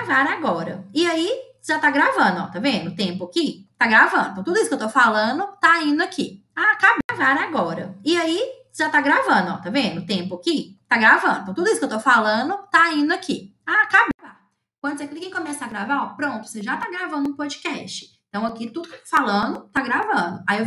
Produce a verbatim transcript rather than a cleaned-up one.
gravar agora. E aí, já tá gravando, ó. Tá vendo o tempo aqui? Tá gravando. Então, tudo isso que eu tô falando tá indo aqui. Ah, acaba de gravar agora. E aí, já tá gravando, ó. Tá vendo o tempo aqui? Tá gravando. Então, tudo isso que eu tô falando tá indo aqui. Ah, acaba. Quando você clica em começar a gravar, ó, pronto, você já tá gravando um podcast. Então, aqui, tudo que eu tô falando tá gravando. Aí eu